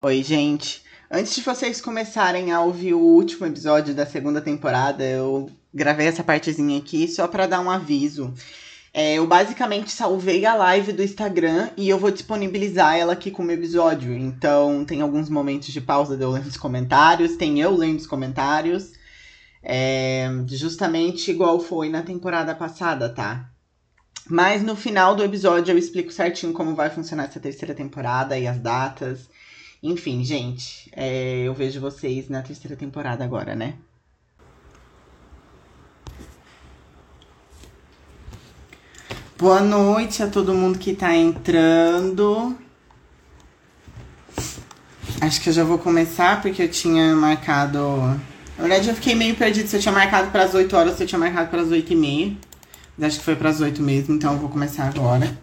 Oi, gente. Antes de vocês começarem a ouvir o último episódio da segunda temporada, eu gravei essa partezinha aqui só pra dar um aviso. Eu basicamente salvei a live do Instagram e eu vou disponibilizar ela aqui como episódio. Então tem alguns momentos de pausa de eu lendo os comentários, tem eu lendo os comentários. Justamente igual foi na temporada passada, tá? Mas no final do episódio eu explico certinho como vai funcionar essa terceira temporada e as datas. Enfim, gente, eu vejo vocês na terceira temporada agora, né? Boa noite a todo mundo que tá entrando. Acho que eu já vou começar porque eu tinha marcado. Na verdade, eu fiquei meio perdido se eu tinha marcado para as 8 horas ou se eu tinha marcado para as 8h30. Mas acho que foi para as 8 mesmo, então eu vou começar agora.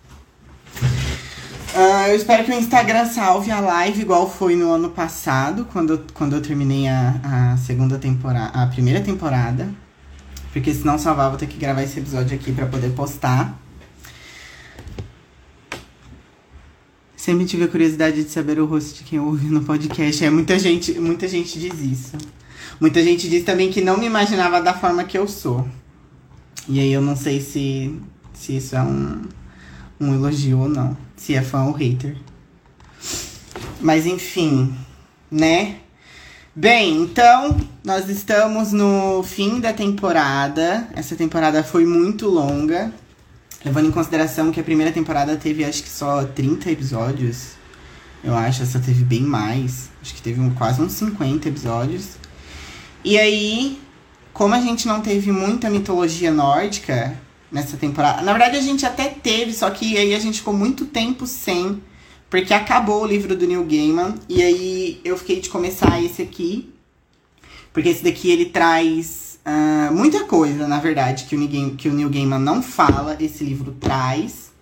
Eu espero que o Instagram salve a live igual foi no ano passado, quando eu terminei a segunda temporada, a primeira temporada. Porque se não salvar, vou ter que gravar esse episódio aqui pra poder postar. Sempre tive a curiosidade de saber o rosto de quem ouve no podcast. Muita gente diz isso. Muita gente diz também que não me imaginava da forma que eu sou. E aí eu não sei se isso é um elogio ou não. Se é fã ou hater. Mas enfim, né? Bem, então, nós estamos no fim da temporada. Essa temporada foi muito longa. Levando em consideração que a primeira temporada teve, acho que só 30 episódios. Eu acho, essa teve bem mais. Acho que teve quase uns 50 episódios. E aí, como a gente não teve muita mitologia nórdica nessa temporada... Na verdade, a gente até teve, só que aí a gente ficou muito tempo sem... Porque acabou o livro do Neil Gaiman. E aí eu fiquei de começar esse aqui. Porque esse daqui ele traz muita coisa, na verdade, que o Neil Gaiman não fala. Esse livro traz.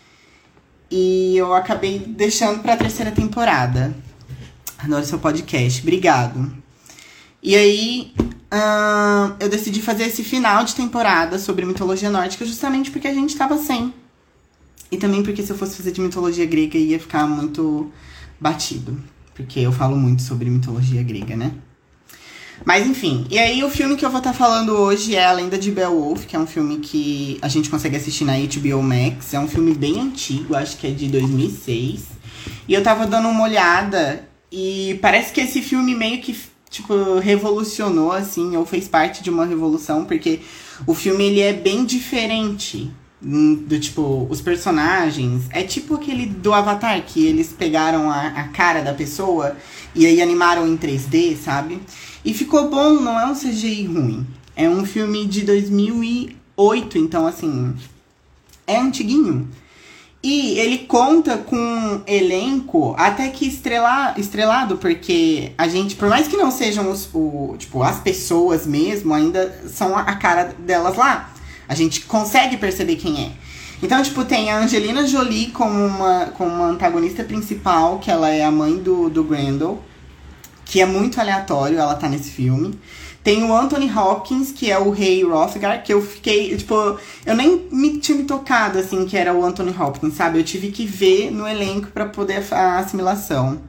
E eu acabei deixando pra terceira temporada. Adoro seu podcast. Obrigado. E aí eu decidi fazer esse final de temporada sobre mitologia nórdica justamente porque a gente tava sem. E também porque se eu fosse fazer de mitologia grega ia ficar muito batido. Porque eu falo muito sobre mitologia grega, né? Mas enfim, e aí o filme que eu vou estar falando hoje é A Lenda de Beowulf, que é um filme que a gente consegue assistir na HBO Max. É um filme bem antigo, acho que é de 2006. E eu tava dando uma olhada e parece que esse filme meio que, tipo, revolucionou, assim, ou fez parte de uma revolução, porque o filme ele é bem diferente. Do tipo, os personagens. É tipo aquele do Avatar, que eles pegaram a cara da pessoa e aí animaram em 3D, sabe? E ficou bom, não é um CGI ruim. É um filme de 2008, então assim, é antiguinho. E ele conta com um elenco até que estrelado, porque a gente, por mais que não sejam as pessoas mesmo, ainda são a cara delas lá. A gente consegue perceber quem é. Então, tipo, tem a Angelina Jolie como uma antagonista principal, que ela é a mãe do Grendel, que é muito aleatório, ela tá nesse filme. Tem o Anthony Hopkins, que é o rei Hrothgar, que eu fiquei, tipo, eu nem tinha me tocado, assim, que era o Anthony Hopkins, sabe? Eu tive que ver no elenco pra poder a assimilação.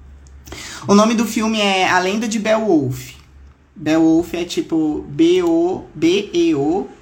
O nome do filme é A Lenda de Beowulf. Beowulf é tipo B-E-O-W-U-L-F.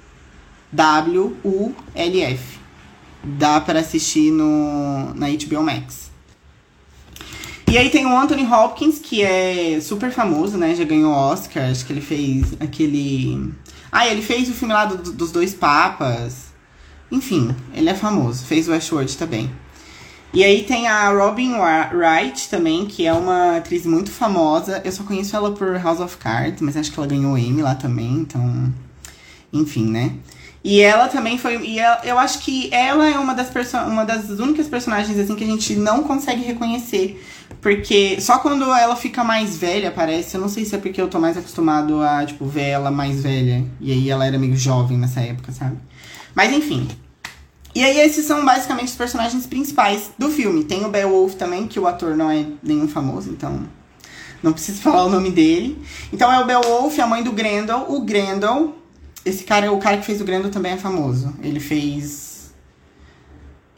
Dá pra assistir na HBO Max. E aí tem o Anthony Hopkins, que é super famoso, né? Já ganhou Oscar. Acho que ele fez aquele... ele fez o filme lá dos dois papas. Enfim, ele é famoso. Fez o Westworld também. E aí tem a Robin Wright também, que é uma atriz muito famosa. Eu só conheço ela por House of Cards, mas acho que ela ganhou Emmy lá também, então... Enfim, né? E ela também foi... eu acho que ela é uma das únicas personagens, assim, que a gente não consegue reconhecer. Porque só quando ela fica mais velha, parece... Eu não sei se é porque eu tô mais acostumado a, tipo, ver ela mais velha. E aí ela era meio jovem nessa época, sabe? Mas, enfim... E aí esses são basicamente os personagens principais do filme. Tem o Beowulf também, que o ator não é nenhum famoso, então não preciso falar o nome dele. Então é o Beowulf, a mãe do Grendel. O Grendel, o cara que fez o Grendel também é famoso. Ele fez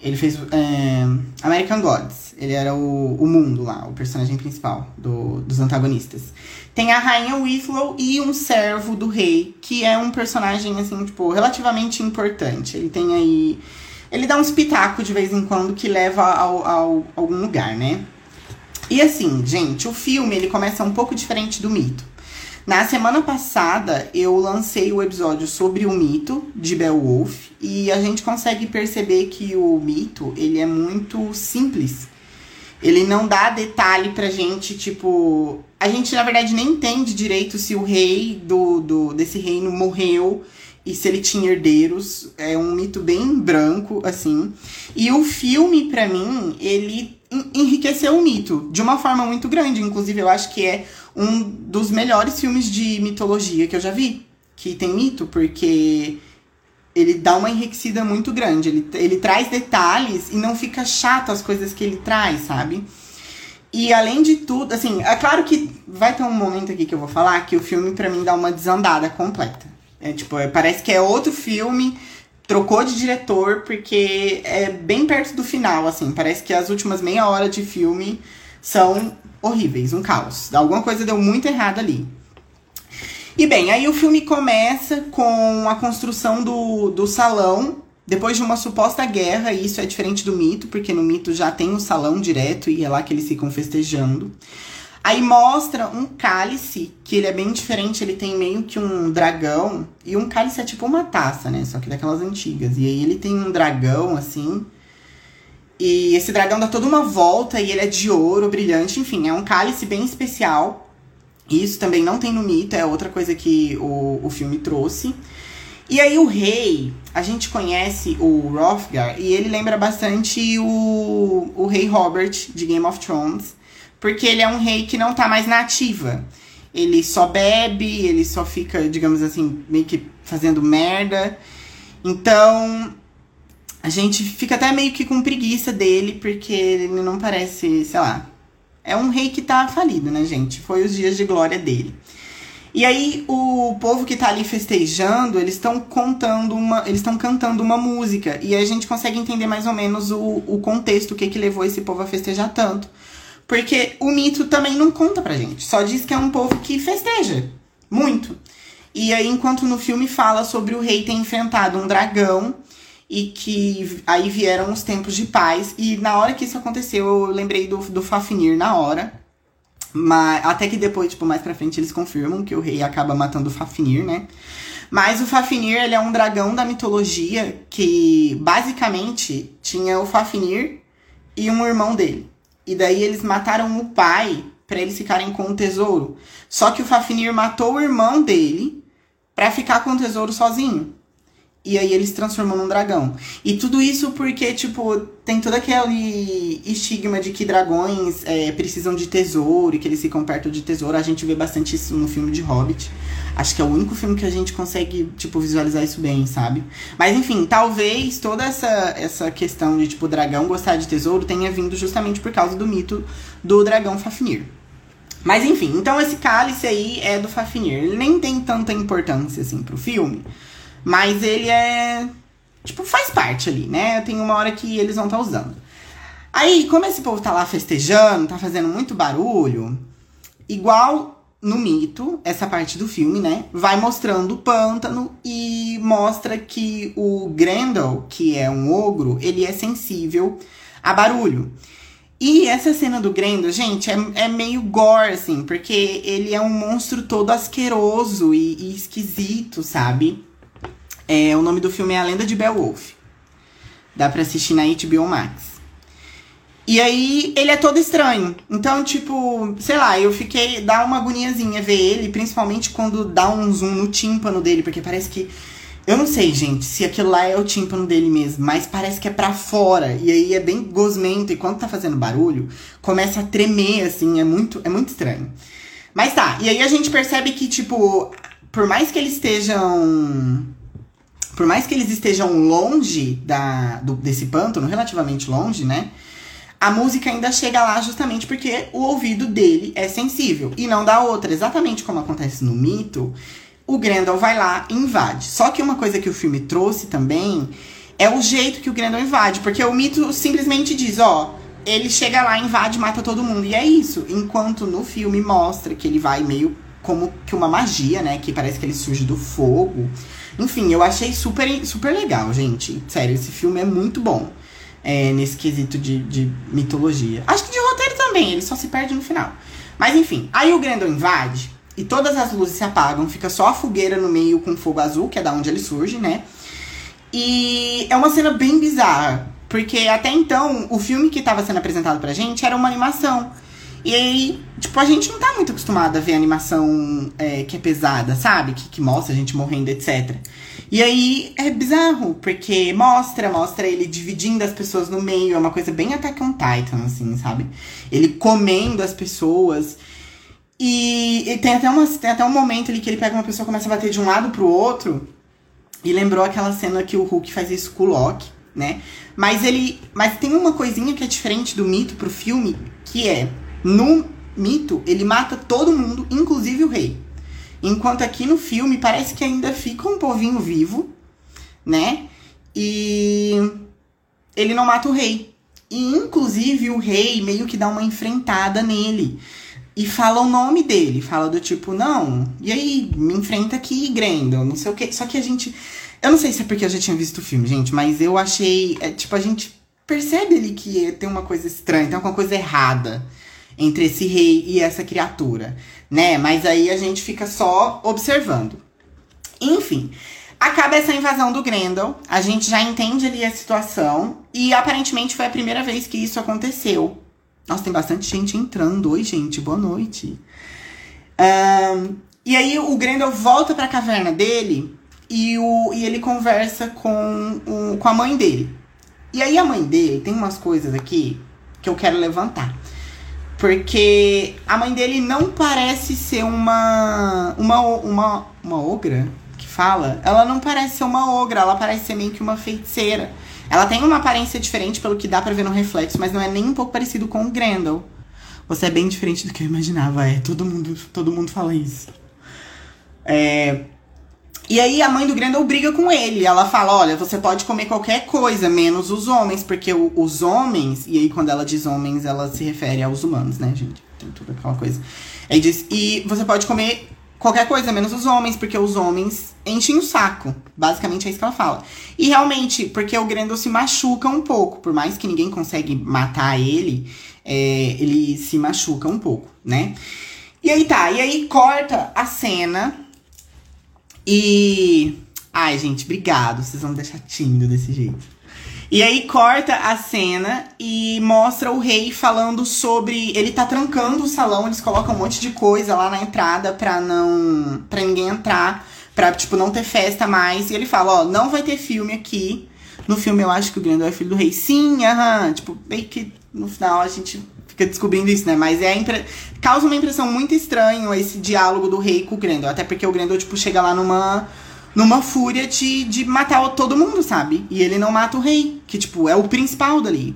Ele fez American Gods. Ele era o mundo lá, o personagem principal dos antagonistas. Tem a Rainha Whitlow e um servo do rei, que é um personagem, assim, tipo, relativamente importante. Ele tem aí... Ele dá uns pitacos de vez em quando que leva a algum lugar, né? E assim, gente, o filme, ele começa um pouco diferente do mito. Na semana passada, eu lancei o episódio sobre o mito de Beowulf. E a gente consegue perceber que o mito, ele é muito simples. Ele não dá detalhe pra gente, tipo... A gente, na verdade, nem entende direito se o rei desse reino morreu e se ele tinha herdeiros. É um mito bem branco, assim. E o filme, pra mim, ele enriqueceu o mito de uma forma muito grande. Inclusive, eu acho que é um dos melhores filmes de mitologia que eu já vi. Que tem mito, porque... ele dá uma enriquecida muito grande. Ele traz detalhes e não fica chato as coisas que ele traz, sabe? E além de tudo, assim, é claro que vai ter um momento aqui que eu vou falar que o filme pra mim dá uma desandada completa. Parece que é outro filme, trocou de diretor, porque é bem perto do final, assim. Parece que as últimas meia hora de filme são horríveis, um caos. Alguma coisa deu muito errado ali. E bem, aí o filme começa com a construção do salão, depois de uma suposta guerra, e isso é diferente do mito, porque no mito já tem o salão direto, e é lá que eles ficam festejando. Aí mostra um cálice, que ele é bem diferente, ele tem meio que um dragão, e um cálice é tipo uma taça, né, só que daquelas antigas. E aí ele tem um dragão, assim, e esse dragão dá toda uma volta, e ele é de ouro, brilhante, enfim, é um cálice bem especial. Isso também não tem no mito, é outra coisa que o filme trouxe. E aí o rei, a gente conhece o Hrothgar, e ele lembra bastante o rei Robert, de Game of Thrones, porque ele é um rei que não tá mais na ativa. Ele só bebe, ele só fica, digamos assim, meio que fazendo merda. Então, a gente fica até meio que com preguiça dele, porque ele não parece, sei lá... É um rei que tá falido, né, gente? Foi os dias de glória dele. E aí, o povo que tá ali festejando, eles estão cantando uma música. E a gente consegue entender mais ou menos o contexto, o que levou esse povo a festejar tanto. Porque o mito também não conta pra gente. Só diz que é um povo que festeja muito. E aí, enquanto no filme fala sobre o rei ter enfrentado um dragão... E que aí vieram os tempos de paz. E na hora que isso aconteceu, eu lembrei do Fafnir na hora. Mas, até que depois, tipo, mais pra frente, eles confirmam que o rei acaba matando o Fafnir, né? Mas o Fafnir, ele é um dragão da mitologia que, basicamente, tinha o Fafnir e um irmão dele. E daí eles mataram o pai pra eles ficarem com o tesouro. Só que o Fafnir matou o irmão dele pra ficar com o tesouro sozinho. E aí eles transformam num dragão. E tudo isso porque, tipo, tem todo aquele estigma de que dragões precisam de tesouro e que eles ficam perto de tesouro. A gente vê bastante isso no filme de Hobbit. Acho que é o único filme que a gente consegue, tipo, visualizar isso bem, sabe? Mas, enfim, talvez toda essa questão de, tipo, dragão gostar de tesouro tenha vindo justamente por causa do mito do dragão Fafnir. Mas, enfim, então esse cálice aí é do Fafnir. Ele nem tem tanta importância, assim, pro filme. Mas ele tipo, faz parte ali, né? Tem uma hora que eles vão estar usando. Aí, como esse povo tá lá festejando, tá fazendo muito barulho, igual no mito, essa parte do filme, né? Vai mostrando o pântano e mostra que o Grendel, que é um ogro, ele é sensível a barulho. E essa cena do Grendel, gente, é meio gore, assim, porque ele é um monstro todo asqueroso e esquisito, sabe? O nome do filme é A Lenda de Beowulf. Dá pra assistir na HBO Max. E aí, ele é todo estranho. Então, tipo, sei lá, dá uma agoniazinha ver ele, principalmente quando dá um zoom no tímpano dele, porque parece que... Eu não sei, gente, se aquilo lá é o tímpano dele mesmo, mas parece que é pra fora. E aí é bem gosmento, e quando tá fazendo barulho, começa a tremer, assim, é muito estranho. Mas tá, e aí a gente percebe que, tipo, por mais que eles estejam longe desse pântano, relativamente longe, né? A música ainda chega lá justamente porque o ouvido dele é sensível. E não dá outra. Exatamente como acontece no mito, o Grendel vai lá e invade. Só que uma coisa que o filme trouxe também é o jeito que o Grendel invade. Porque o mito simplesmente diz, ó, ele chega lá, invade, mata todo mundo. E é isso. Enquanto no filme mostra que ele vai meio como que uma magia, né? Que parece que ele surge do fogo. Enfim, eu achei super, super legal, gente. Sério, esse filme é muito bom. Nesse quesito de mitologia. Acho que de roteiro também, ele só se perde no final. Mas enfim, aí o Grendel invade e todas as luzes se apagam. Fica só a fogueira no meio com fogo azul, que é da onde ele surge, né? E é uma cena bem bizarra. Porque até então, o filme que estava sendo apresentado pra gente era uma animação. E aí, tipo, a gente não tá muito acostumado a ver animação que é pesada, sabe? Que mostra a gente morrendo, etc. E aí, é bizarro, porque mostra ele dividindo as pessoas no meio. É uma coisa bem Attack on Titan, assim, sabe? Ele comendo as pessoas. E tem até um momento ali que ele pega uma pessoa e começa a bater de um lado pro outro. E lembrou aquela cena que o Hulk faz isso com o Loki, né? Mas tem uma coisinha que é diferente do mito pro filme, que é... No mito, ele mata todo mundo, inclusive o rei. Enquanto aqui no filme, parece que ainda fica um povinho vivo, né? E ele não mata o rei. E, inclusive, o rei meio que dá uma enfrentada nele. E fala o nome dele. Fala do tipo, não, e aí, me enfrenta aqui, Grendel, não sei o quê. Só que a gente... Eu não sei se é porque eu já tinha visto o filme, gente, mas eu achei... tipo, a gente percebe ali que tem uma coisa estranha, tem alguma coisa errada entre esse rei e essa criatura, né? Mas aí a gente fica só observando. Enfim, acaba essa invasão do Grendel, a gente já entende ali a situação, e aparentemente foi a primeira vez que isso aconteceu. Nossa, tem bastante gente entrando. Oi, gente, boa noite. E aí o Grendel volta pra caverna dele e ele conversa com a mãe dele. E aí a mãe dele tem umas coisas aqui que eu quero levantar. Porque a mãe dele não parece ser uma ogra, que fala. Ela não parece ser uma ogra, ela parece ser meio que uma feiticeira. Ela tem uma aparência diferente pelo que dá pra ver no reflexo, mas não é nem um pouco parecido com o Grendel. Você é bem diferente do que eu imaginava, todo mundo fala isso. E aí a mãe do Grendel briga com ele. Ela fala, olha, você pode comer qualquer coisa, menos os homens. Porque os homens... E aí quando ela diz homens, ela se refere aos humanos, né, gente? Tem toda aquela coisa. Aí diz, e você pode comer qualquer coisa, menos os homens. Porque os homens enchem o saco. Basicamente é isso que ela fala. E realmente, porque o Grendel se machuca um pouco. Por mais que ninguém consegue matar ele, ele se machuca um pouco, né? E aí corta a cena... E... Ai, gente, obrigado. Vocês vão me deixar tímido desse jeito. E aí corta a cena e mostra o rei falando sobre... Ele tá trancando o salão, eles colocam um monte de coisa lá na entrada pra ninguém entrar. Pra, tipo, não ter festa mais. E ele fala, ó, não vai ter filme aqui. No filme eu acho que o Grendel é filho do rei. Sim, aham. Tipo, meio que no final a gente... fica descobrindo isso, né? Mas causa uma impressão muito estranha esse diálogo do rei com o Grendel. Até porque o Grendel, tipo, chega lá numa fúria de matar todo mundo, sabe? E ele não mata o rei, que, tipo, é o principal dali.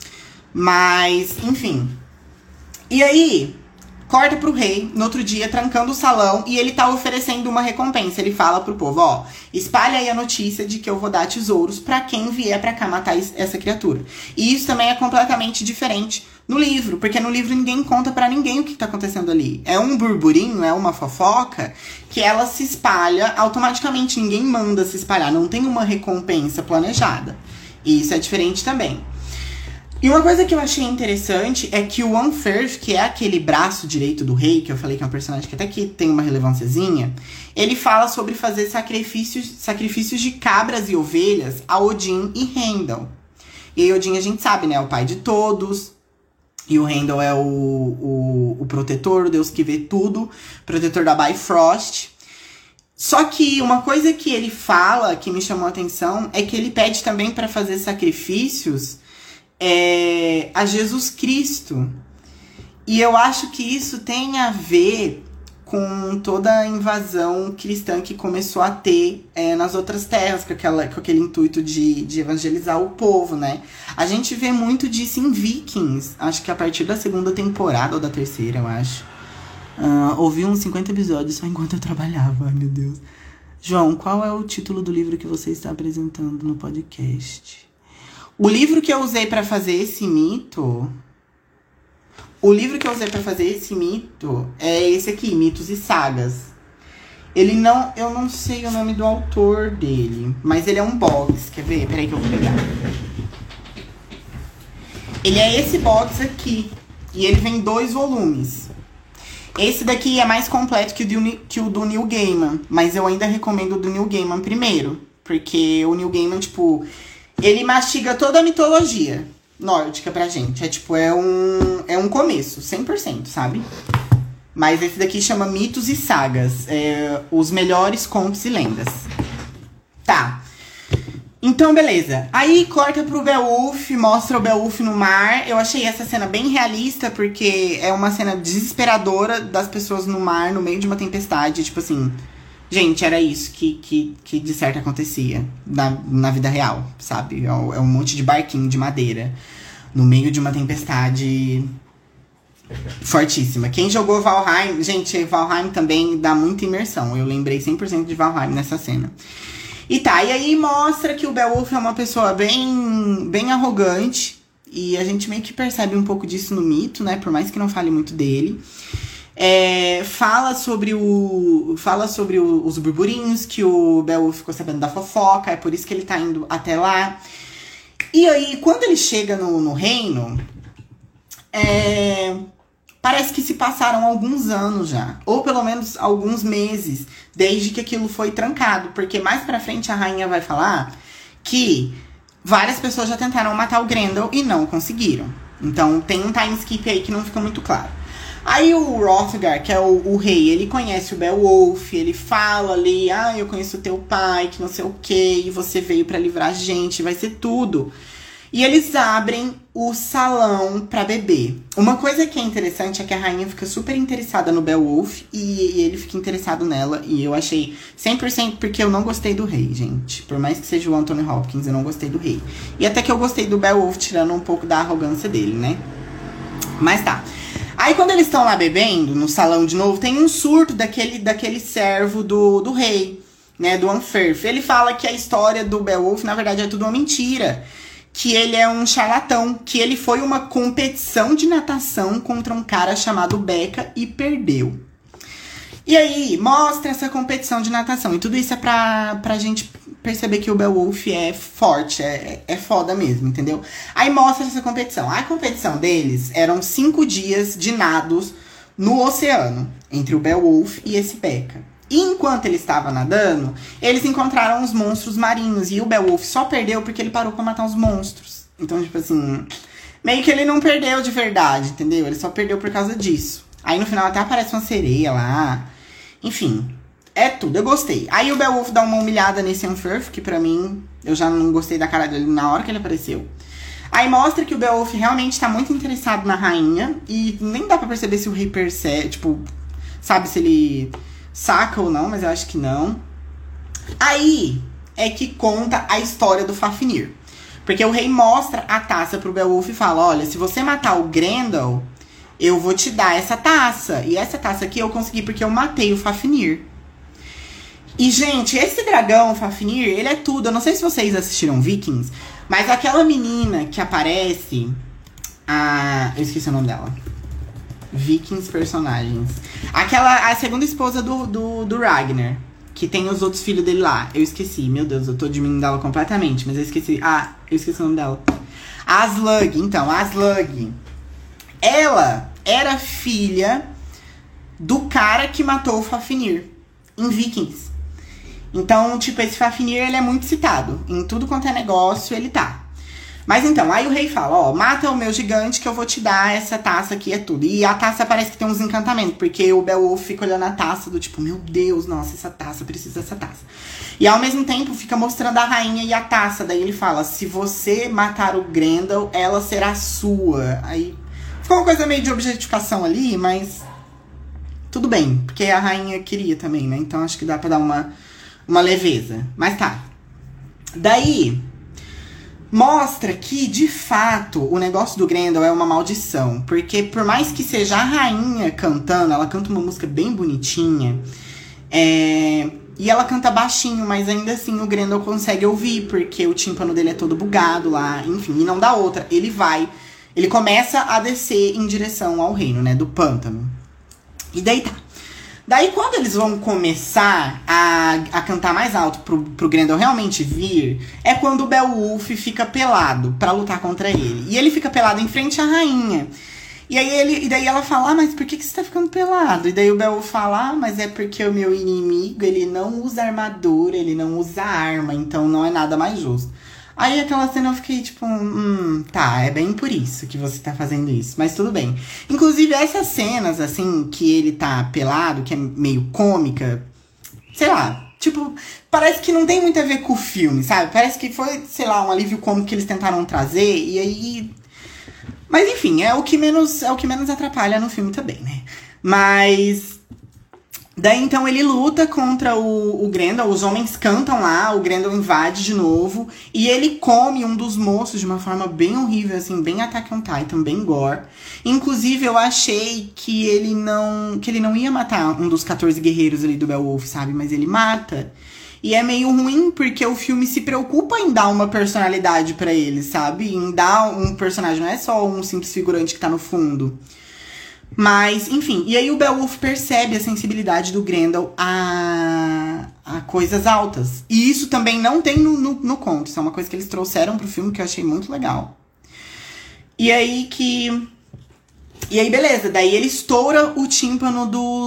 Mas, enfim. E aí, corta pro rei, no outro dia, trancando o salão, e ele tá oferecendo uma recompensa. Ele fala pro povo, ó, espalha aí a notícia de que eu vou dar tesouros pra quem vier pra cá matar essa criatura. E isso também é completamente diferente no livro, porque no livro ninguém conta pra ninguém o que tá acontecendo ali. É um burburinho, é uma fofoca, que ela se espalha automaticamente, ninguém manda se espalhar, não tem uma recompensa planejada. E isso é diferente também. E uma coisa que eu achei interessante é que o Unferth, que é aquele braço direito do rei, que eu falei que é um personagem que até que tem uma relevânciazinha, ele fala sobre fazer sacrifícios de cabras e ovelhas a Odin e Heimdall. E aí Odin a gente sabe, né, é o pai de todos, e o Heimdall é o protetor, o deus que vê tudo, protetor da Bifrost. Só que uma coisa que ele fala, que me chamou a atenção, é que ele pede também para fazer sacrifícios a Jesus Cristo. E eu acho que isso tem a ver com toda a invasão cristã que começou a ter nas outras terras, com aquele intuito de evangelizar o povo, né? A gente vê muito disso em Vikings, acho que a partir da segunda temporada, ou da terceira, eu acho. Ouvi uns 50 episódios só enquanto eu trabalhava, ai meu Deus. João, qual é o título do livro que você está apresentando no podcast? O livro que eu usei pra fazer esse mito... O livro que eu usei pra fazer esse mito é esse aqui, Mitos e Sagas. Ele não... Eu não sei o nome do autor dele, mas ele é um box. Quer ver? Peraí que eu vou pegar. Ele é esse box aqui. E ele vem 2 volumes. Esse daqui é mais completo que o do Neil Gaiman. Mas eu ainda recomendo o do Neil Gaiman primeiro. Porque o Neil Gaiman, tipo... Ele mastiga toda a mitologia nórdica pra gente. É tipo, é um começo, 100%, sabe? Mas esse daqui chama Mitos e Sagas. Os melhores contos e lendas. Tá. Então, beleza. Aí, corta pro Beowulf, mostra o Beowulf no mar. Eu achei essa cena bem realista, porque é uma cena desesperadora das pessoas no mar, no meio de uma tempestade. Tipo assim, gente, era isso que de certo acontecia na vida real, sabe? É um monte de barquinho de madeira no meio de uma tempestade fortíssima. Quem jogou Valheim... Gente, Valheim também dá muita imersão. Eu lembrei 100% de Valheim nessa cena. E tá, e aí mostra que o Beowulf é uma pessoa bem arrogante. E a gente meio que percebe um pouco disso no mito, né? Por mais que não fale muito dele. Fala sobre os burburinhos, que o Beowulf ficou sabendo da fofoca. É por isso que ele tá indo até lá. E aí, quando ele chega no reino... Parece que se passaram alguns anos já. Ou pelo menos alguns meses. Desde que aquilo foi trancado. Porque mais pra frente a rainha vai falar que várias pessoas já tentaram matar o Grendel e não conseguiram. Então tem um time skip aí que não fica muito claro. Aí o Hrothgar, que é o rei, ele conhece o Beowulf. Ele fala ali, eu conheço o teu pai, que não sei o que. E você veio pra livrar a gente, vai ser tudo. E eles abrem o salão pra beber. Uma coisa que é interessante é que a rainha fica super interessada no Beowulf e ele fica interessado nela. E eu achei 100% porque eu não gostei do rei, gente. Por mais que seja o Anthony Hopkins, eu não gostei do rei. E até que eu gostei do Beowulf, tirando um pouco da arrogância dele, né? Mas tá. Aí quando eles estão lá bebendo, no salão de novo, tem um surto daquele servo do rei, né? Do Unferth. Ele fala que a história do Beowulf, na verdade, é tudo uma mentira. Que ele é um charlatão, que ele foi uma competição de natação contra um cara chamado Beca e perdeu. E aí, mostra essa competição de natação. E tudo isso é pra gente perceber que o Beowulf é forte, é foda mesmo, entendeu? Aí mostra essa competição. A competição deles eram 5 dias de nados no oceano, entre o Beowulf e esse Beca. E enquanto ele estava nadando, eles encontraram os monstros marinhos. E o Beowulf só perdeu porque ele parou pra matar os monstros. Então, tipo assim, meio que ele não perdeu de verdade, entendeu? Ele só perdeu por causa disso. Aí no final até aparece uma sereia lá. Enfim, é tudo, eu gostei. Aí o Beowulf dá uma humilhada nesse Unferth, que pra mim, eu já não gostei da cara dele na hora que ele apareceu. Aí mostra que o Beowulf realmente tá muito interessado na rainha. E nem dá pra perceber se o rei percebe, tipo, sabe se ele... saca ou não, mas eu acho que não. Aí é que conta a história do Fafnir. Porque o rei mostra a taça pro Beowulf e fala, olha, se você matar o Grendel, eu vou te dar essa taça. E essa taça aqui eu consegui porque eu matei o Fafnir. E, gente, esse dragão, o Fafnir, ele é tudo. Eu não sei se vocês assistiram Vikings, mas aquela menina que aparece... eu esqueci o nome dela. Vikings personagens. A segunda esposa do Ragnar, que tem os outros filhos dele lá. Eu esqueci, meu Deus, eu tô diminuindo ela completamente, mas eu esqueci. Eu esqueci o nome dela. A Slug, então, a Slug. Ela era filha do cara que matou o Fafnir em Vikings. Então, tipo, esse Fafnir, ele é muito citado. Em tudo quanto é negócio, ele tá. Mas então, aí o rei fala, mata o meu gigante que eu vou te dar essa taça aqui, é tudo. E a taça parece que tem uns encantamentos, porque o Beowulf fica olhando a taça do tipo, meu Deus, nossa, essa taça, preciso dessa taça. E ao mesmo tempo fica mostrando a rainha e a taça, daí ele fala, se você matar o Grendel, ela será sua. Aí ficou uma coisa meio de objetificação ali, mas tudo bem, porque a rainha queria também, né? Então acho que dá pra dar uma leveza. Mas tá. Daí... mostra que, de fato, o negócio do Grendel é uma maldição. Porque por mais que seja a rainha cantando, ela canta uma música bem bonitinha. E E ela canta baixinho, mas ainda assim o Grendel consegue ouvir, porque o tímpano dele é todo bugado lá, enfim, e não dá outra. Ele começa a descer em direção ao reino, né, do pântano. E daí tá. Daí quando eles vão começar a cantar mais alto pro Grendel realmente vir, é quando o Beowulf fica pelado pra lutar contra ele. E ele fica pelado em frente à rainha. E daí ela fala, mas por que você tá ficando pelado? E daí o Beowulf fala, mas é porque o meu inimigo, ele não usa armadura, ele não usa arma, então não é nada mais justo. Aí aquela cena eu fiquei tipo, tá, é bem por isso que você tá fazendo isso, mas tudo bem. Inclusive essas cenas, assim, que ele tá pelado, que é meio cômica, sei lá, tipo, parece que não tem muito a ver com o filme, sabe? Parece que foi, sei lá, um alívio cômico que eles tentaram trazer, e aí... Mas enfim, é o que menos atrapalha no filme também, né? Mas... Daí, então, ele luta contra o Grendel, os homens cantam lá, o Grendel invade de novo, e ele come um dos moços de uma forma bem horrível, assim, bem Attack on Titan, bem gore. Inclusive, eu achei que ele não ia matar um dos 14 guerreiros ali do Beowulf, sabe? Mas ele mata. E é meio ruim, porque o filme se preocupa em dar uma personalidade pra ele, sabe? Em dar um personagem, não é só um simples figurante que tá no fundo. Mas, enfim, e aí o Beowulf percebe a sensibilidade do Grendel a coisas altas. E isso também não tem no conto. Isso é uma coisa que eles trouxeram pro filme que eu achei muito legal. E aí, beleza. Daí ele estoura o tímpano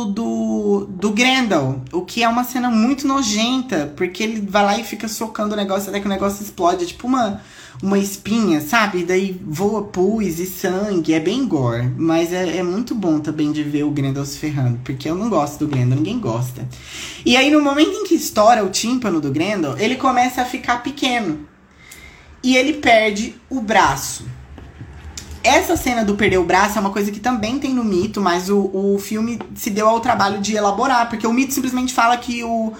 do Grendel. O que é uma cena muito nojenta. Porque ele vai lá e fica socando o negócio até que o negócio explode. É tipo uma espinha, sabe? E daí voa pus e sangue. É bem gore. Mas é muito bom também de ver o Grendel se ferrando. Porque eu não gosto do Grendel, ninguém gosta. E aí no momento em que estoura o tímpano do Grendel, ele começa a ficar pequeno. E ele perde o braço. Essa cena do perder o braço é uma coisa que também tem no mito, mas o filme se deu ao trabalho de elaborar. Porque o mito simplesmente fala que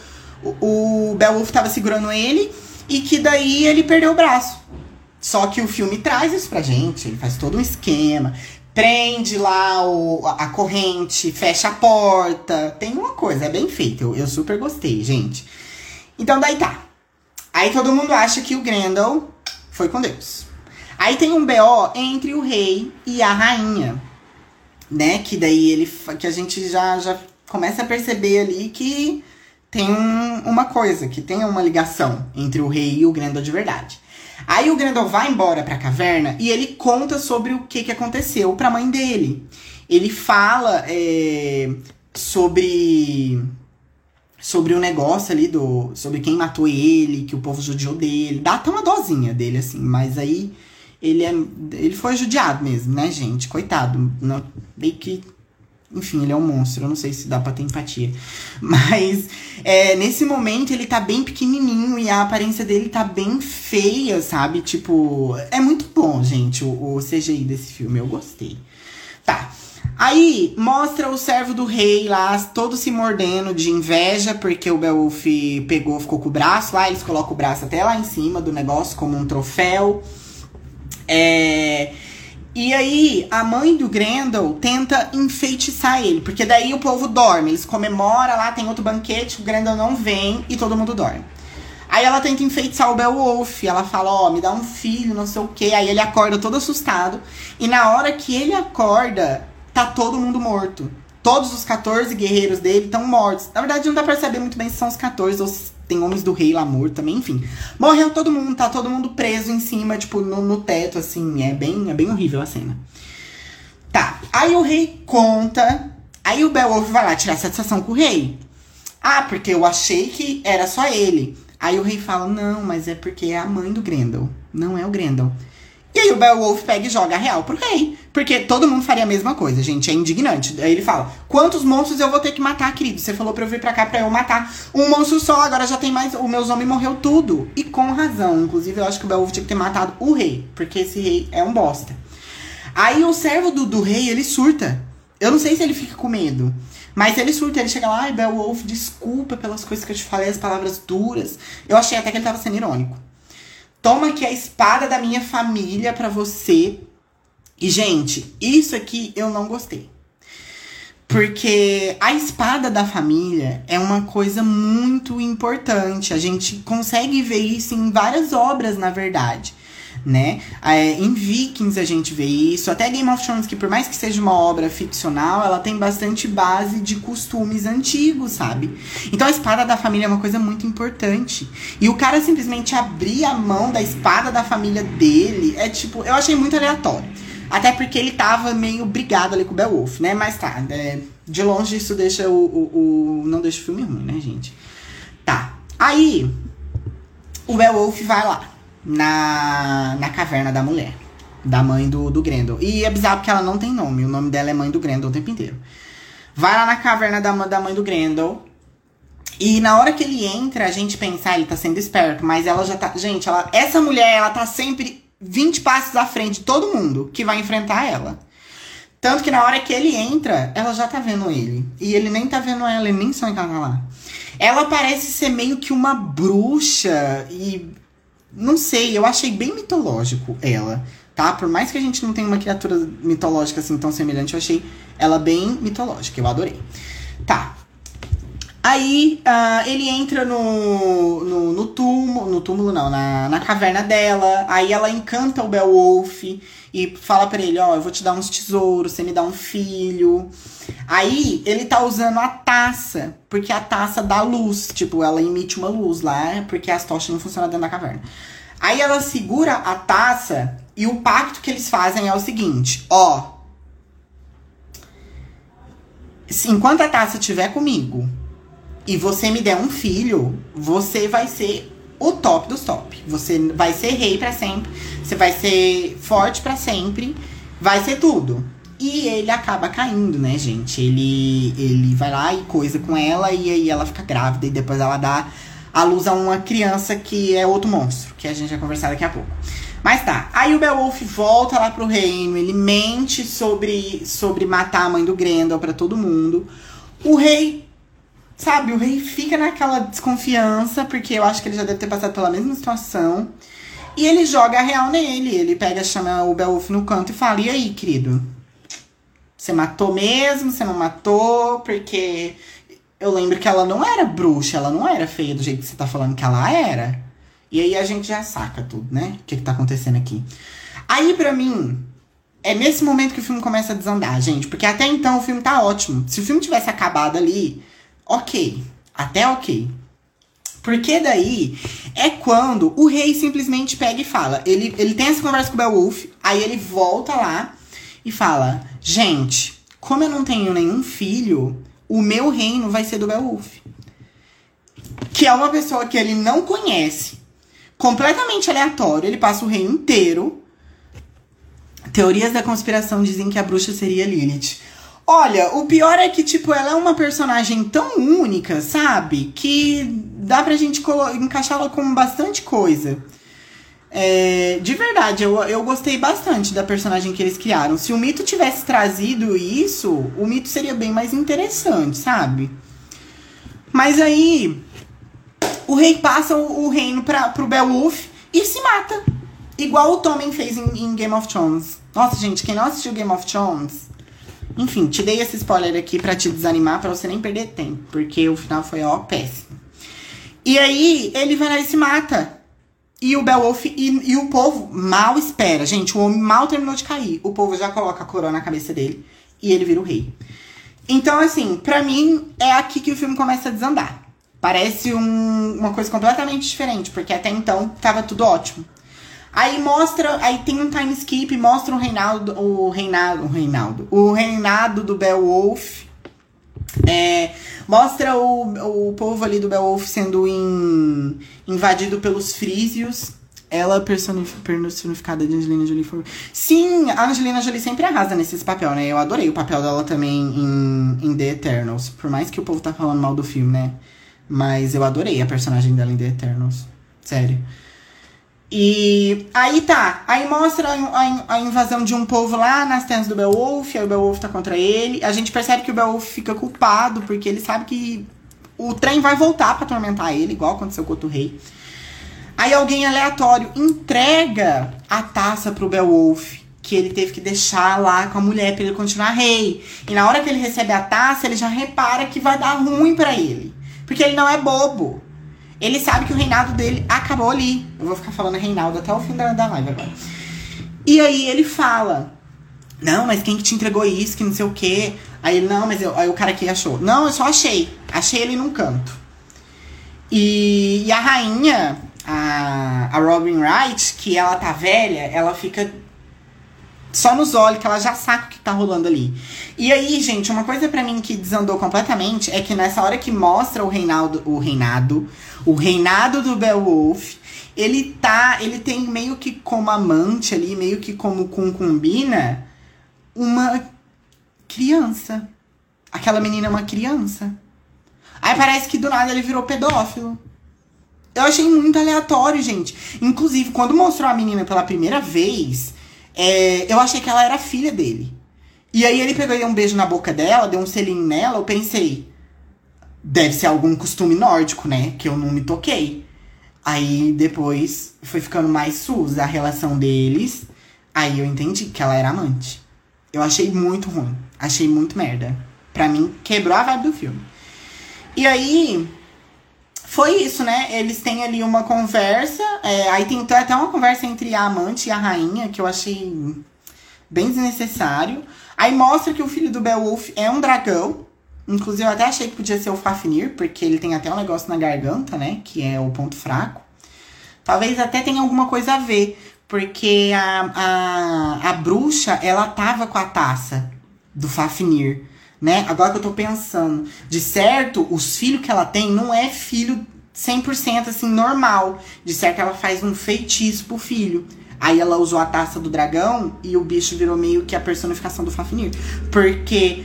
o Beowulf estava segurando ele e que daí ele perdeu o braço. Só que o filme traz isso pra gente, ele faz todo um esquema, prende lá a corrente, fecha a porta, tem uma coisa, é bem feito, eu super gostei, gente. Então daí tá. Aí todo mundo acha que o Grendel foi com Deus. Aí tem um BO entre o rei e a rainha, né? Que daí que a gente já começa a perceber ali que tem uma coisa, que tem uma ligação entre o rei e o Grendel de verdade. Aí o Grendel vai embora pra caverna e ele conta sobre o que aconteceu pra mãe dele. Ele fala sobre o negócio ali sobre quem matou ele, que o povo judiou dele. Dá até uma dosinha dele, assim, mas aí ele foi judiado mesmo, né, gente? Coitado. Bem que... Enfim, ele é um monstro, eu não sei se dá pra ter empatia. Mas, nesse momento, ele tá bem pequenininho e a aparência dele tá bem feia, sabe? Tipo, é muito bom, gente, o CGI desse filme, eu gostei. Tá, aí mostra o servo do rei lá, todo se mordendo de inveja, porque o Beowulf ficou com o braço lá, eles colocam o braço até lá em cima do negócio, como um troféu. E aí, a mãe do Grendel tenta enfeitiçar ele. Porque daí o povo dorme. Eles comemoram lá, tem outro banquete, o Grendel não vem e todo mundo dorme. Aí ela tenta enfeitiçar o Beowulf. Ela fala, me dá um filho, não sei o quê. Aí ele acorda todo assustado. E na hora que ele acorda, tá todo mundo morto. Todos os 14 guerreiros dele estão mortos. Na verdade, não dá pra saber muito bem se são os 14 ou se tem homens do rei lá morto também, enfim. Morreu todo mundo, tá todo mundo preso em cima, tipo, no teto, assim. É bem horrível a cena. Tá, aí o rei conta. Aí o Beowulf vai lá tirar satisfação com o rei. Porque eu achei que era só ele. Aí o rei fala, não, mas é porque é a mãe do Grendel. Não é o Grendel. E aí o Beowulf pega e joga a real pro rei. Porque todo mundo faria a mesma coisa, gente. É indignante. Aí ele fala, quantos monstros eu vou ter que matar, querido? Você falou pra eu vir pra cá pra eu matar um monstro só. Agora já tem mais... O meu homem morreu tudo. E com razão. Inclusive, eu acho que o Beowulf tinha que ter matado o rei. Porque esse rei é um bosta. Aí o servo do rei, ele surta. Eu não sei se ele fica com medo. Mas ele surta. Ele chega lá, ai, Beowulf, desculpa pelas coisas que eu te falei, as palavras duras. Eu achei até que ele tava sendo irônico. Toma aqui a espada da minha família pra você. E, gente, isso aqui eu não gostei. Porque a espada da família é uma coisa muito importante. A gente consegue ver isso em várias obras, na verdade, né? Em Vikings a gente vê isso. Até Game of Thrones, que por mais que seja uma obra ficcional, ela tem bastante base de costumes antigos, sabe? Então a espada da família é uma coisa muito importante. E o cara simplesmente abrir a mão da espada da família dele é tipo... Eu achei muito aleatório. Até porque ele tava meio brigado ali com o Beowulf, né? Mas tá, de longe isso deixa não deixa o filme ruim, né, gente? Tá. Aí, o Beowulf vai lá na caverna da mulher, da mãe do Grendel. E é bizarro porque ela não tem nome. O nome dela é Mãe do Grendel o tempo inteiro. Vai lá na caverna da mãe do Grendel. E na hora que ele entra, a gente pensa, ele tá sendo esperto. Mas ela já tá... Gente, essa mulher, ela tá sempre 20 passos à frente de todo mundo que vai enfrentar ela. Tanto que na hora que ele entra, ela já tá vendo ele. E ele nem tá vendo ela, ele nem sonha que ela tá lá. Ela parece ser meio que uma bruxa e... Não sei, eu achei bem mitológico ela, tá? Por mais que a gente não tenha uma criatura mitológica assim tão semelhante, eu achei ela bem mitológica, eu adorei. Tá. Aí, ele entra no túmulo não, na caverna dela. Aí ela encanta o Beowulf e fala pra ele, ó, eu vou te dar uns tesouros, você me dá um filho. Aí, ele tá usando a taça, porque a taça dá luz. Tipo, ela emite uma luz lá, porque as tochas não funcionam dentro da caverna. Aí ela segura a taça e o pacto que eles fazem é o seguinte, ó. Enquanto a taça estiver comigo e você me der um filho, você vai ser o top dos top. Você vai ser rei pra sempre, você vai ser forte pra sempre, vai ser tudo. E ele acaba caindo, né, gente? Ele vai lá e coisa com ela, e aí ela fica grávida, e depois ela dá à luz a uma criança que é outro monstro, que a gente vai conversar daqui a pouco. Mas tá, aí o Beowulf volta lá pro reino, ele mente sobre matar a mãe do Grendel pra todo mundo. O rei, sabe, o rei fica naquela desconfiança, porque eu acho que ele já deve ter passado pela mesma situação. E ele joga a real nele, ele chama o Beowulf no canto e fala, e aí, querido? Você matou mesmo? Você não matou? Porque eu lembro que ela não era bruxa, ela não era feia do jeito que você tá falando que ela era. E aí a gente já saca tudo, né? O que tá acontecendo aqui. Aí, pra mim, é nesse momento que o filme começa a desandar, gente. Porque até então o filme tá ótimo. Se o filme tivesse acabado ali, ok. Até ok. Porque daí é quando o rei simplesmente pega e fala. Ele tem essa conversa com o Beowulf, aí ele volta lá e fala, gente, como eu não tenho nenhum filho, o meu reino vai ser do Beowulf. Que é uma pessoa que ele não conhece. Completamente aleatório. Ele passa o reino inteiro. Teorias da conspiração dizem que a bruxa seria Lilith. Olha, o pior é que, tipo, ela é uma personagem tão única, sabe? Que dá pra gente encaixá-la com bastante coisa. De verdade, eu gostei bastante da personagem que eles criaram. Se o mito tivesse trazido isso, o mito seria bem mais interessante, sabe? Mas aí, o rei passa o reino pro Beowulf e se mata. Igual o Tommen fez em Game of Thrones. Nossa, gente, quem não assistiu Game of Thrones... Enfim, te dei esse spoiler aqui pra te desanimar, pra você nem perder tempo. Porque o final foi, ó, péssimo. E aí, ele vai lá e se mata. E o Beowulf e o povo mal espera. Gente, o homem mal terminou de cair. O povo já coloca a coroa na cabeça dele. E ele vira o rei. Então, assim, pra mim, é aqui que o filme começa a desandar. Parece uma coisa completamente diferente. Porque até então, tava tudo ótimo. Aí mostra, aí tem um time skip, mostra o reinado do Beowulf. Mostra o povo ali do Beowulf sendo invadido pelos Frisios. Ela personificada de Angelina Jolie. Sim, a Angelina Jolie sempre arrasa nesse papel, né? Eu adorei o papel dela também em The Eternals. Por mais que o povo tá falando mal do filme, né? Mas eu adorei a personagem dela em The Eternals. Sério. E aí tá, aí mostra a invasão de um povo lá nas terras do Beowulf, aí o Beowulf tá contra ele. A gente percebe que o Beowulf fica culpado, porque ele sabe que o trem vai voltar pra atormentar ele, igual aconteceu com o outro rei. Aí alguém aleatório entrega a taça pro Beowulf, que ele teve que deixar lá com a mulher pra ele continuar rei. E na hora que ele recebe a taça, ele já repara que vai dar ruim pra ele. Porque ele não é bobo. Ele sabe que o reinado dele acabou ali. Eu vou ficar falando reinado até o fim da live agora. E aí ele fala... Não, mas quem que te entregou isso? Que não sei o quê. Aí ele, não, mas aí o cara aqui achou. Não, eu só achei. Achei ele num canto. E a rainha, a Robin Wright, que ela tá velha, ela fica só nos olhos, que ela já saca o que tá rolando ali. E aí, gente, uma coisa pra mim que desandou completamente é que nessa hora que mostra o reinado do Beowulf, ele tem meio que como amante ali, meio que como concubina, uma criança. Aquela menina é uma criança. Aí parece que do nada ele virou pedófilo. Eu achei muito aleatório, gente. Inclusive, quando mostrou a menina pela primeira vez, eu achei que ela era filha dele. E aí ele pegou e deu um beijo na boca dela, deu um selinho nela, eu pensei... Deve ser algum costume nórdico, né? Que eu não me toquei. Aí depois foi ficando mais sus a relação deles. Aí eu entendi que ela era amante. Eu achei muito ruim. Achei muito merda. Pra mim, quebrou a vibe do filme. E aí... Foi isso, né? Eles têm ali uma conversa. Aí tem até uma conversa entre a amante e a rainha, que eu achei bem desnecessário. Aí mostra que o filho do Beowulf é um dragão. Inclusive, eu até achei que podia ser o Fafnir, porque ele tem até um negócio na garganta, né? Que é o ponto fraco. Talvez até tenha alguma coisa a ver. Porque a bruxa, ela tava com a taça do Fafnir. Né? Agora que eu tô pensando, de certo, os filhos que ela tem não é filho 100% assim, normal. De certo, ela faz um feitiço pro filho. Aí ela usou a taça do dragão e o bicho virou meio que a personificação do Fafnir. Porque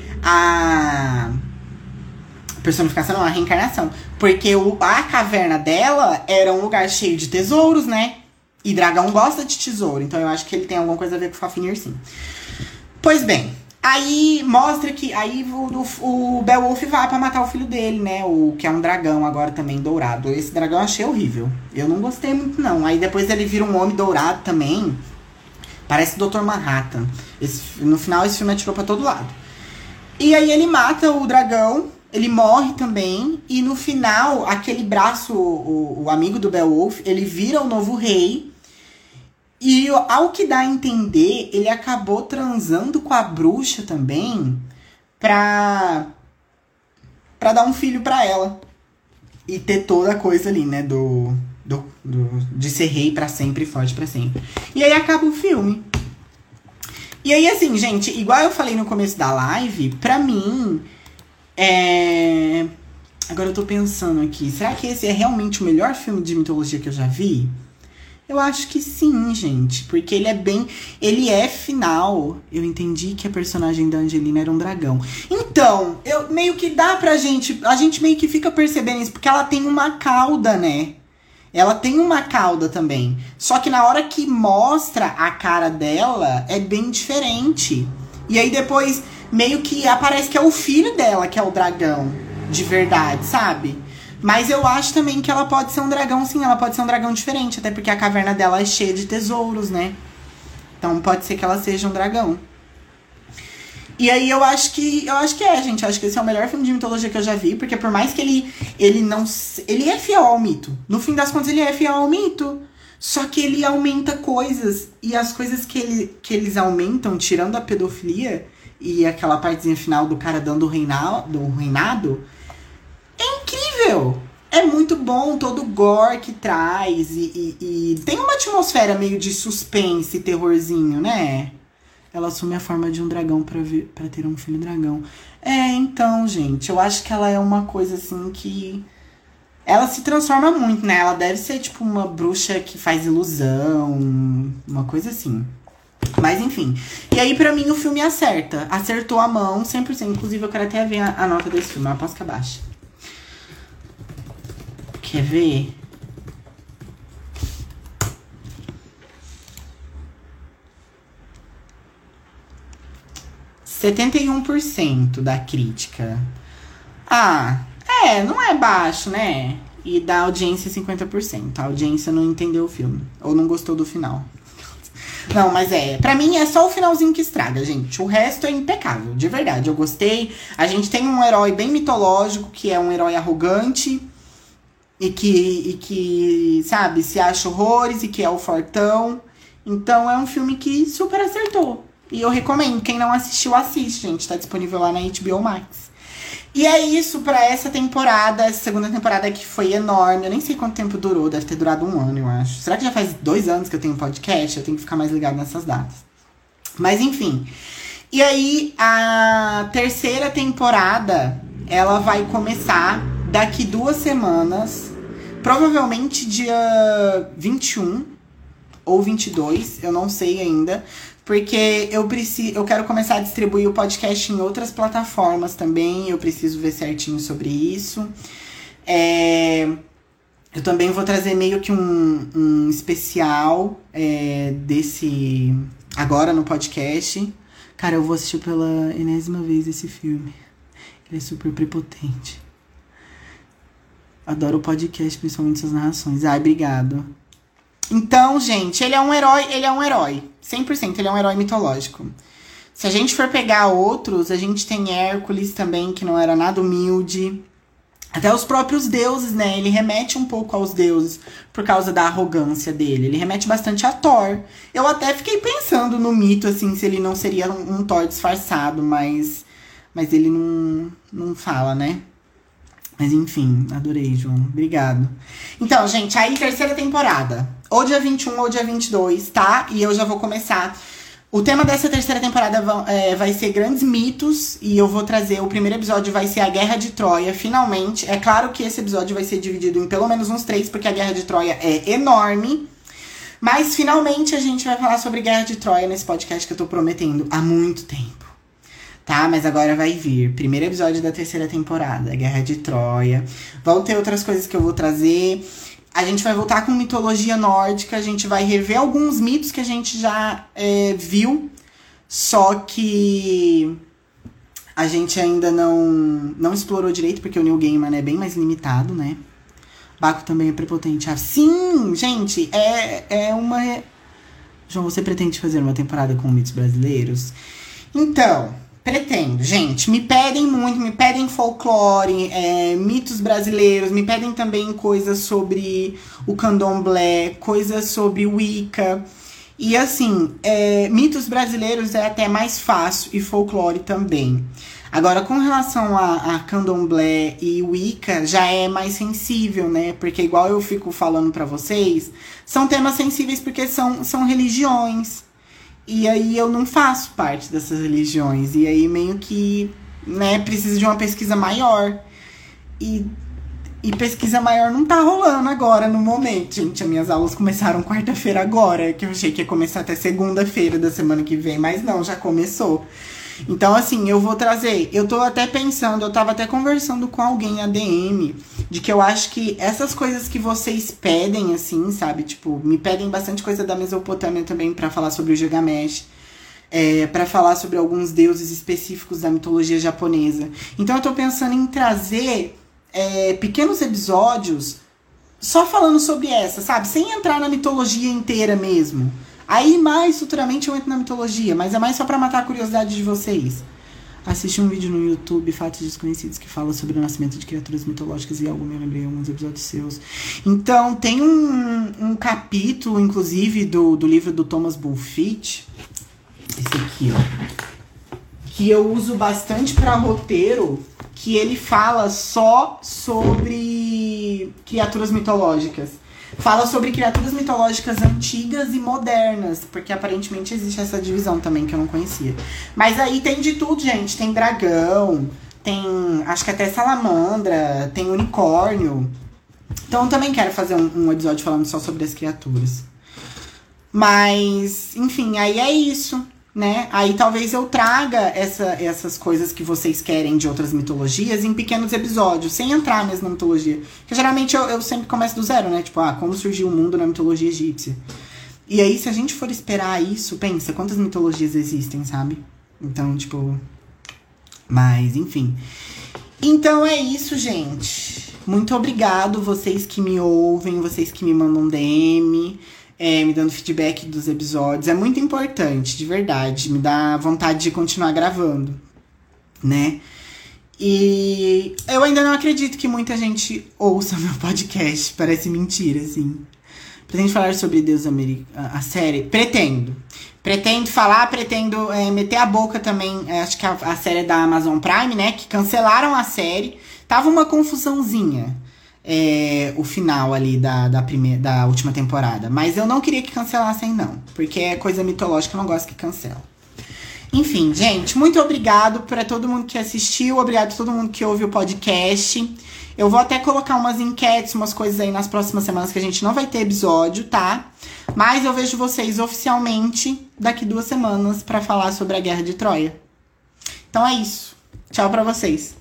a personificação não, a reencarnação. Porque a caverna dela era um lugar cheio de tesouros, né? E dragão gosta de tesouro. Então eu acho que ele tem alguma coisa a ver com o Fafnir, sim. Pois bem... Aí mostra que aí o Beowulf vai pra matar o filho dele, né? O que é um dragão agora também dourado. Esse dragão eu achei horrível. Eu não gostei muito, não. Aí depois ele vira um homem dourado também. Parece o Dr. Manhattan. No final esse filme atirou pra todo lado. E aí ele mata o dragão. Ele morre também. E no final, aquele braço, o amigo do Beowulf, ele vira o novo rei. E ao que dá a entender, ele acabou transando com a bruxa também pra dar um filho pra ela. E ter toda a coisa ali, né? De ser rei pra sempre, forte pra sempre. E aí acaba o filme. E aí, assim, gente, igual eu falei no começo da live, pra mim, Agora eu tô pensando aqui, será que esse é realmente o melhor filme de mitologia que eu já vi? Eu acho que sim, gente. Porque ele é final. Eu entendi que a personagem da Angelina era um dragão. Então, meio que dá pra gente... A gente meio que fica percebendo isso. Porque ela tem uma cauda, né? Ela tem uma cauda também. Só que na hora que mostra a cara dela, é bem diferente. E aí depois, meio que aparece que é o filho dela que é o dragão. De verdade, sabe? Mas eu acho também que ela pode ser um dragão, sim. Ela pode ser um dragão diferente. Até porque a caverna dela é cheia de tesouros, né? Então pode ser que ela seja um dragão. E aí eu acho que gente. Eu acho que esse é o melhor filme de mitologia que eu já vi. Porque por mais que ele não... Ele é fiel ao mito. No fim das contas, ele é fiel ao mito. Só que ele aumenta coisas. E as coisas que eles aumentam, tirando a pedofilia... E aquela partezinha final do cara dando o reinado... É incrível! É muito bom todo o gore que traz. E tem uma atmosfera meio de suspense e terrorzinho, né? Ela assume a forma de um dragão pra ter um filho dragão. Então, gente, eu acho que ela é uma coisa assim que... Ela se transforma muito, né? Ela deve ser tipo uma bruxa que faz ilusão, uma coisa assim. Mas enfim. E aí, pra mim, o filme acerta. Acertou a mão 100%. Inclusive, eu quero até ver a nota desse filme. Eu aposto que abaixa. Quer ver? %71% da crítica. Não é baixo, né? E da audiência 50%. A audiência não entendeu o filme. Ou não gostou do final. Não, mas pra mim é só o finalzinho que estraga, gente. O resto é impecável, de verdade. Eu gostei. A gente tem um herói bem mitológico, que é um herói arrogante. E que, sabe, se acha horrores e que é o fortão. Então é um filme que super acertou. E eu recomendo. Quem não assistiu, assiste, gente. Tá disponível lá na HBO Max. E é isso pra essa temporada. Essa segunda temporada que foi enorme. Eu nem sei quanto tempo durou. Deve ter durado 1 ano, eu acho. Será que já faz 2 anos que eu tenho podcast? Eu tenho que ficar mais ligado nessas datas. Mas enfim. E aí, a terceira temporada, ela vai começar daqui 2 semanas. Provavelmente dia 21 ou 22. Eu não sei ainda. Porque eu quero começar a distribuir o podcast em outras plataformas também. Eu preciso ver certinho sobre isso. Eu também vou trazer meio que um especial desse agora no podcast. Cara, eu vou assistir pela enésima vez esse filme. Ele é super prepotente. Adoro o podcast, principalmente suas narrações. Ai, obrigado. Então, gente, ele é um herói. 100%, ele é um herói mitológico. Se a gente for pegar outros, a gente tem Hércules também, que não era nada humilde. Até os próprios deuses, né? Ele remete um pouco aos deuses por causa da arrogância dele. Ele remete bastante a Thor. Eu até fiquei pensando no mito, assim, se ele não seria um Thor disfarçado, mas ele não fala, né? Mas enfim, adorei, João. Obrigado. Então, gente, aí terceira temporada. Ou dia 21 ou dia 22, tá? E eu já vou começar. O tema dessa terceira temporada vai ser grandes mitos. E eu vou trazer, o primeiro episódio vai ser a Guerra de Troia, finalmente. É claro que esse episódio vai ser dividido em pelo menos uns 3, porque a Guerra de Troia é enorme. Mas finalmente a gente vai falar sobre Guerra de Troia nesse podcast que eu tô prometendo há muito tempo. Tá, mas agora vai vir. Primeiro episódio da terceira temporada, Guerra de Troia. Vão ter outras coisas que eu vou trazer. A gente vai voltar com mitologia nórdica. A gente vai rever alguns mitos que a gente já viu. Só que a gente ainda não explorou direito, porque o Neil Gaiman é bem mais limitado, né? Baco também é prepotente. Sim, gente, João, você pretende fazer uma temporada com mitos brasileiros? Então... pretendo, gente. Me pedem muito, me pedem folclore, mitos brasileiros, me pedem também coisas sobre o candomblé, coisas sobre Wicca. E assim, mitos brasileiros é até mais fácil e folclore também. Agora, com relação a candomblé e Wicca, já é mais sensível, né? Porque igual eu fico falando pra vocês, são temas sensíveis porque são religiões. E aí eu não faço parte dessas religiões. E aí meio que, né, precisa de uma pesquisa maior. E pesquisa maior não tá rolando agora, no momento. Gente, as minhas aulas começaram quarta-feira agora. Que eu achei que ia começar até segunda-feira da semana que vem. Mas não, já começou. Então, assim, eu vou trazer... eu tô até pensando, eu tava até conversando com alguém, a DM, de que eu acho que essas coisas que vocês pedem, assim, sabe? Tipo, me pedem bastante coisa da Mesopotâmia também pra falar sobre o Gilgamesh. Pra falar sobre alguns deuses específicos da mitologia japonesa. Então, eu tô pensando em trazer pequenos episódios só falando sobre essa, sabe? Sem entrar na mitologia inteira mesmo. Aí, mais futuramente, eu entro na mitologia, mas é mais só pra matar a curiosidade de vocês. Assisti um vídeo no YouTube, Fatos Desconhecidos, que fala sobre o nascimento de criaturas mitológicas e algo me lembrei alguns episódios seus. Então, tem um capítulo, inclusive, do livro do Thomas Bulfinch, esse aqui, ó, que eu uso bastante pra roteiro, que ele fala só sobre criaturas mitológicas. Fala sobre criaturas mitológicas antigas e modernas, porque aparentemente existe essa divisão também que eu não conhecia. Mas aí tem de tudo, gente. Tem dragão, tem acho que até salamandra, tem unicórnio. Então eu também quero fazer um episódio falando só sobre as criaturas. Mas, enfim, aí é isso, né? Aí talvez eu traga essas coisas que vocês querem de outras mitologias em pequenos episódios, sem entrar mesmo na mitologia. Porque geralmente eu sempre começo do zero, né? Tipo, como surgiu o mundo na mitologia egípcia. E aí, se a gente for esperar isso, pensa, quantas mitologias existem, sabe? Então, tipo... mas, enfim. Então é isso, gente. Muito obrigado, vocês que me ouvem, vocês que me mandam DM. me dando feedback dos episódios. É muito importante, de verdade. Me dá vontade de continuar gravando, né? E eu ainda não acredito que muita gente ouça meu podcast. Parece mentira, assim. Pretendo falar sobre Deus Americano, a série? Pretendo falar, pretendo meter a boca também. Acho que a série é da Amazon Prime, né? Que cancelaram a série. Tava uma confusãozinha. O final ali da última temporada. Mas eu não queria que cancelassem, não. Porque é coisa mitológica, eu não gosto que cancela. Enfim, gente, muito obrigado para todo mundo que assistiu. Obrigado a todo mundo que ouve o podcast. Eu vou até colocar umas enquetes, umas coisas aí nas próximas semanas que a gente não vai ter episódio, tá? Mas eu vejo vocês oficialmente daqui 2 semanas para falar sobre a Guerra de Troia. Então é isso. Tchau pra vocês.